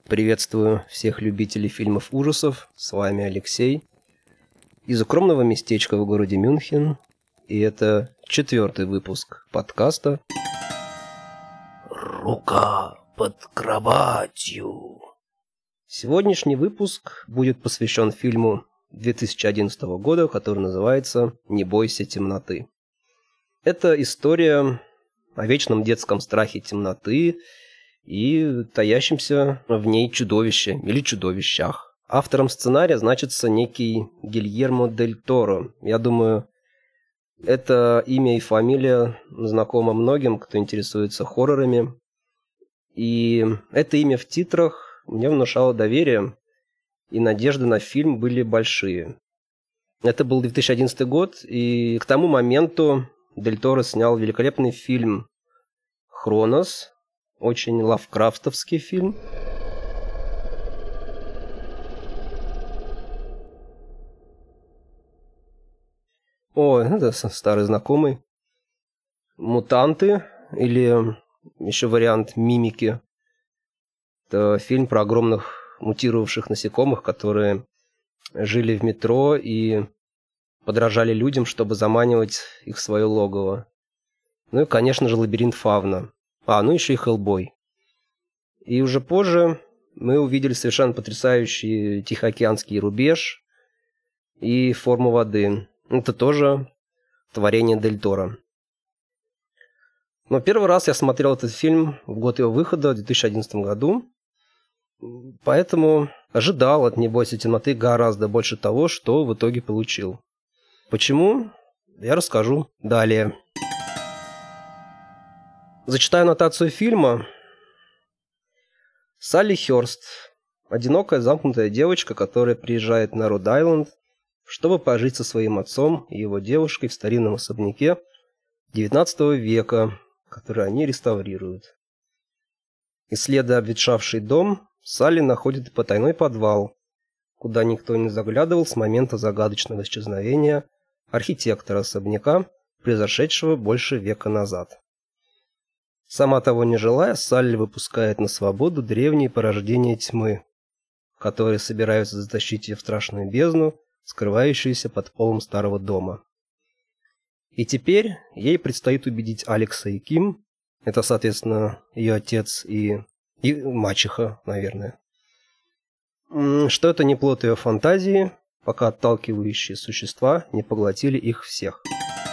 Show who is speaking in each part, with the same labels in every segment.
Speaker 1: Приветствую всех любителей фильмов ужасов. С вами Алексей из укромного местечка в городе Мюнхен. И это 4-й выпуск подкаста
Speaker 2: «Рука под кроватью».
Speaker 1: Сегодняшний выпуск будет посвящен фильму 2011 года, который называется «Не бойся темноты». Это история о вечном детском страхе темноты и таящемся в ней чудовище или чудовищах. Автором сценария значится некий Гильермо дель Торо. Я думаю, это имя и фамилия знакомо многим, кто интересуется хоррорами. И это имя в титрах мне внушало доверие, и надежды на фильм были большие. Это был 2011 год, и к тому моменту Дель Торо снял великолепный фильм «Хронос», очень лавкрафтовский фильм. О, это старый знакомый. «Мутанты» или еще вариант «Мимики». Это фильм про огромных мутировавших насекомых, которые жили в метро и подражали людям, чтобы заманивать их в свое логово. Ну и, конечно же, «Лабиринт Фавна». Ну еще и «Хеллбой». И уже позже мы увидели совершенно потрясающий «Тихоокеанский рубеж» и «Форму воды». Это тоже творение Дель Торо. Но первый раз я смотрел этот фильм в год его выхода, в 2011 году. Поэтому ожидал от «Не бойся темноты» гораздо больше того, что в итоге получил. Почему? Я расскажу далее. Зачитаю аннотацию фильма. Салли Хёрст. Одинокая замкнутая девочка, которая приезжает на Род-Айленд, чтобы пожить со своим отцом и его девушкой в старинном особняке XIX века, который они реставрируют. Исследуя обветшавший дом, Салли находит потайной подвал, куда никто не заглядывал с момента загадочного исчезновения архитектора особняка, произошедшего больше века назад. Сама того не желая, Салли выпускает на свободу древние порождения тьмы, которые собираются затащить ее в страшную бездну, скрывающуюся под полом старого дома. И теперь ей предстоит убедить Алекса и Ким, это, соответственно, ее отец и мачеха, наверное, что это не плод ее фантазии, пока отталкивающие существа не поглотили их всех.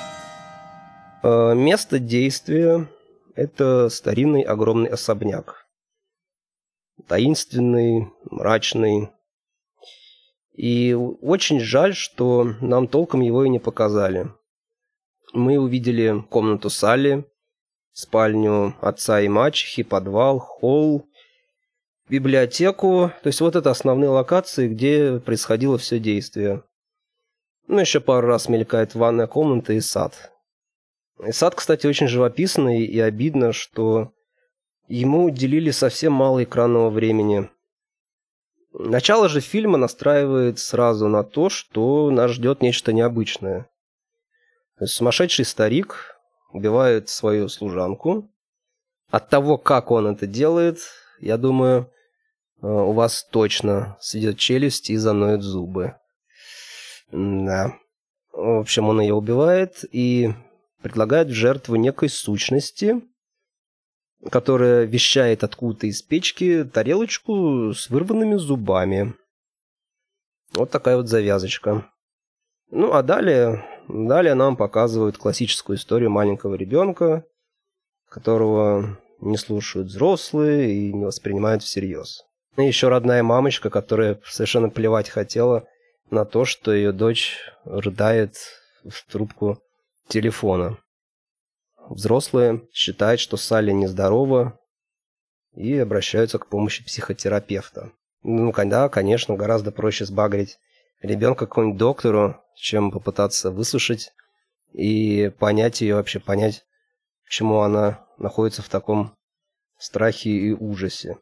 Speaker 1: Место действия – это старинный огромный особняк. Таинственный, мрачный. И очень жаль, что нам толком его и не показали. Мы увидели комнату Салли, спальню отца и мачехи, подвал, холл, библиотеку. То есть вот это основные локации, где происходило все действие. Еще пару раз мелькает ванная комната и сад. И сад, кстати, очень живописный, и обидно, что ему уделили совсем мало экранного времени. Начало же фильма настраивает сразу на то, что нас ждет нечто необычное. То есть сумасшедший старик убивает свою служанку. От того, как он это делает, я думаю, у вас точно сведет челюсть и заноют зубы. Да. В общем, он ее убивает и предлагает в жертву некой сущности, которая вещает откуда-то из печки тарелочку с вырванными зубами. Вот такая вот завязочка. А далее нам показывают классическую историю маленького ребенка, которого не слушают взрослые и не воспринимают всерьез. И еще родная мамочка, которая совершенно плевать хотела на то, что ее дочь рыдает в трубку телефона. Взрослые считают, что Салли нездорова, и обращаются к помощи психотерапевта. Да, конечно, гораздо проще сбагрить ребенка к какому-нибудь доктору, чем попытаться выслушать и понять ее, вообще понять, почему она находится в таком страхе и ужасе.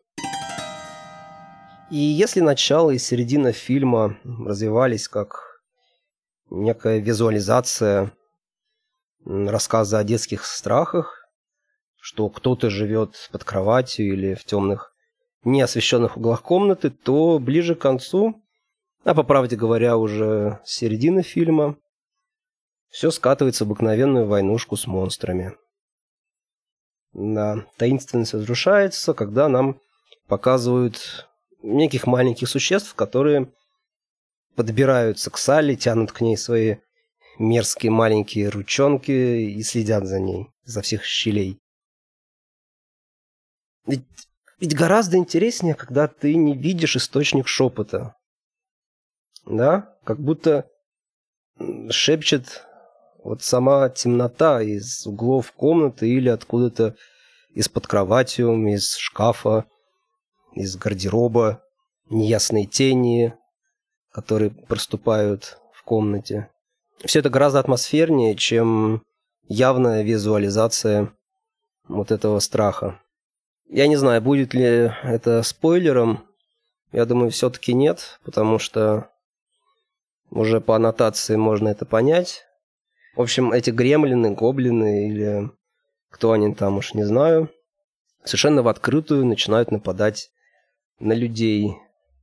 Speaker 1: И если начало и середина фильма развивались как некая визуализация рассказа о детских страхах, что кто-то живет под кроватью или в темных неосвещенных углах комнаты, то ближе к концу, а по правде говоря, уже с середины фильма, все скатывается в обыкновенную войнушку с монстрами. Да, таинственность разрушается, когда нам показывают неких маленьких существ, которые подбираются к Салли, тянут к ней свои мерзкие маленькие ручонки и следят за ней изо всех щелей. Ведь гораздо интереснее, когда ты не видишь источник шепота. Да? Как будто шепчет вот сама темнота из углов комнаты или откуда-то из-под кровати, из шкафа, из гардероба, неясные тени, которые проступают в комнате. Все это гораздо атмосфернее, чем явная визуализация вот этого страха. Я не знаю, будет ли это спойлером. Я думаю, все-таки нет, потому что уже по аннотации можно это понять. В общем, эти гремлины, гоблины или кто они там, уж не знаю, совершенно в открытую начинают нападать на людей.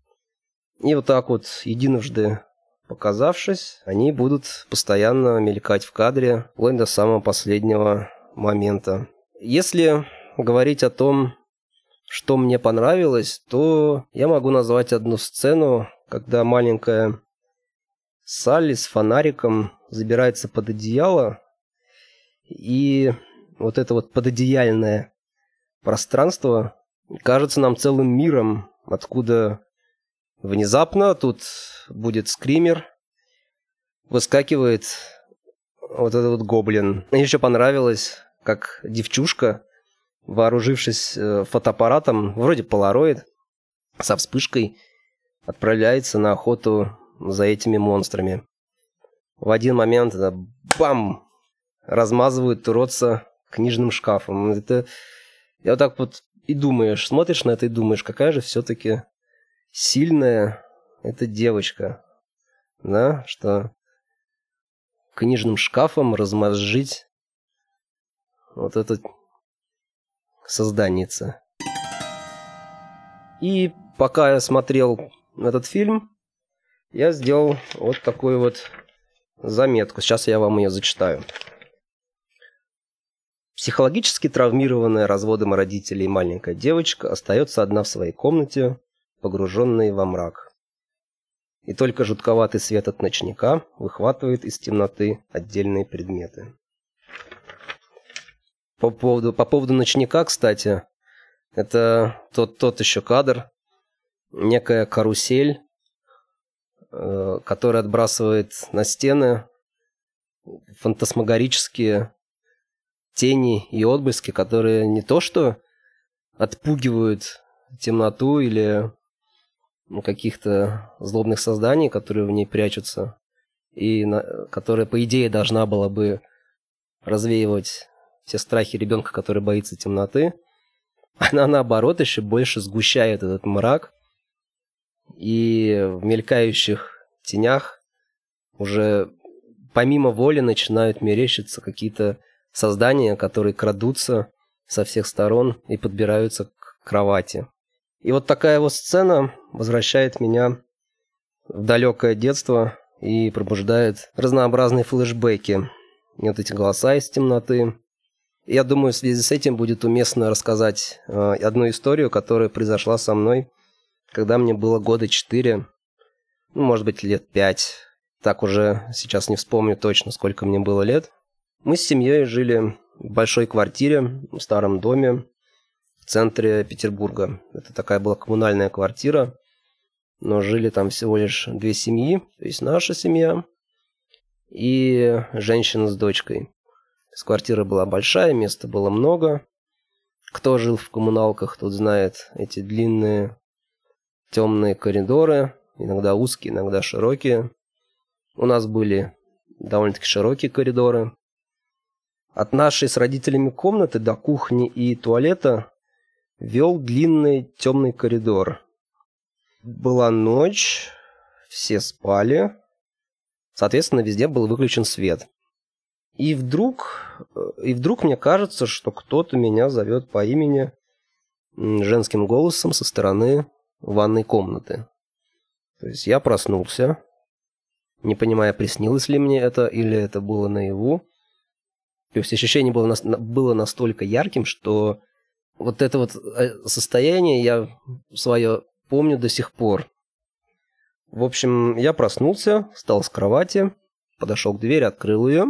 Speaker 1: И вот так вот, единожды показавшись, они будут постоянно мелькать в кадре, вплоть до самого последнего момента. Если говорить о том, что мне понравилось, то я могу назвать одну сцену, когда маленькая Салли с фонариком забирается под одеяло, и вот это вот пододеяльное пространство кажется нам целым миром, откуда внезапно тут будет скример, выскакивает вот этот вот гоблин. Мне еще понравилось, как девчушка, вооружившись фотоаппаратом, вроде полароид, со вспышкой, отправляется на охоту за этими монстрами. В один момент бам! Размазывают уродца книжным шкафом. Это я вот так вот и думаешь, смотришь на это и думаешь, какая же все-таки сильная эта девочка, да, что книжным шкафом размозжить вот это созданица. И пока я смотрел этот фильм, я сделал вот такую вот заметку. Сейчас я вам ее зачитаю. Психологически травмированная разводом родителей маленькая девочка остается одна в своей комнате, погруженная во мрак. И только жутковатый свет от ночника выхватывает из темноты отдельные предметы. По поводу ночника, кстати, это тот еще кадр, некая карусель, которая отбрасывает на стены фантасмагорические тени и отблески, которые не то что отпугивают темноту или каких-то злобных созданий, которые в ней прячутся, и которая, по идее, должна была бы развеивать все страхи ребенка, который боится темноты, она, наоборот, еще больше сгущает этот мрак, и в мелькающих тенях уже помимо воли начинают мерещиться какие-то создания, которые крадутся со всех сторон и подбираются к кровати. И вот такая вот сцена возвращает меня в далекое детство и пробуждает разнообразные флешбеки. И вот эти голоса из темноты. И я думаю, в связи с этим будет уместно рассказать одну историю, которая произошла со мной, когда мне было года 4, может быть, лет 5. Так уже сейчас не вспомню точно, сколько мне было лет. Мы с семьей жили в большой квартире, в старом доме в центре Петербурга. Это такая была коммунальная квартира, но жили там всего лишь 2 семьи, то есть наша семья и женщина с дочкой. То есть квартира была большая, места было много. Кто жил в коммуналках, тот знает эти длинные темные коридоры, иногда узкие, иногда широкие. У нас были довольно-таки широкие коридоры. От нашей с родителями комнаты до кухни и туалета вел длинный темный коридор. Была ночь, все спали, соответственно, везде был выключен свет. И вдруг мне кажется, что кто-то меня зовет по имени женским голосом со стороны ванной комнаты. То есть я проснулся, не понимая, приснилось ли мне это или это было наяву. То есть ощущение было настолько ярким, что вот это вот состояние я свое помню до сих пор. В общем, я проснулся, встал с кровати, подошел к двери, открыл ее.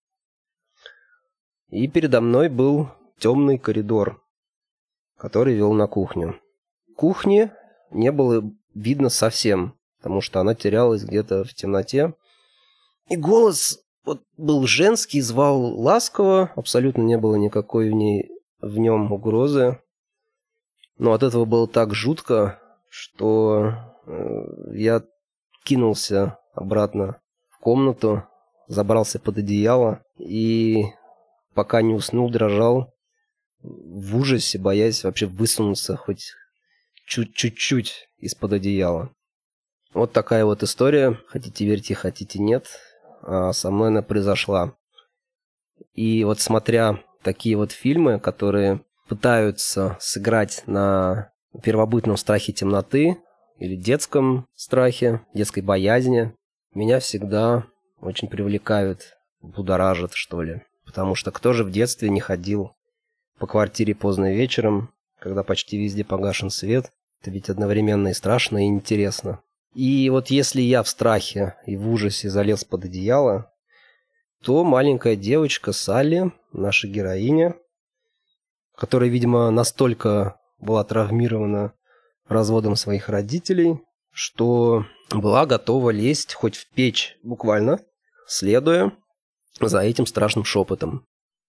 Speaker 1: И передо мной был темный коридор, который вел на кухню. Кухни не было видно совсем, потому что она терялась где-то в темноте. И голос вот был женский, звал ласково, абсолютно не было никакой в нем угрозы. Но от этого было так жутко, что я кинулся обратно в комнату, забрался под одеяло и, пока не уснул, дрожал в ужасе, боясь вообще высунуться хоть чуть-чуть из-под одеяла. Вот такая вот история. Хотите верьте, хотите нет. А со мной она произошла. И вот смотря такие вот фильмы, которые пытаются сыграть на первобытном страхе темноты или детском страхе, детской боязни, меня всегда очень привлекают, будоражат, что ли. Потому что кто же в детстве не ходил по квартире поздно вечером, когда почти везде погашен свет? Это ведь одновременно и страшно, и интересно. И вот если я в страхе и в ужасе залез под одеяло, то маленькая девочка Салли, наша героиня, которая, видимо, настолько была травмирована разводом своих родителей, что была готова лезть хоть в печь, буквально, следуя за этим страшным шепотом.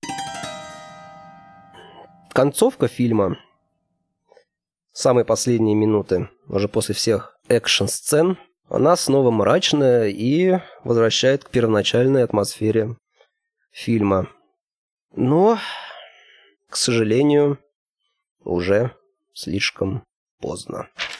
Speaker 1: Концовка фильма, самые последние минуты, уже после всех экшн-сцен, она снова мрачная и возвращает к первоначальной атмосфере фильма. Но, к сожалению, уже слишком поздно.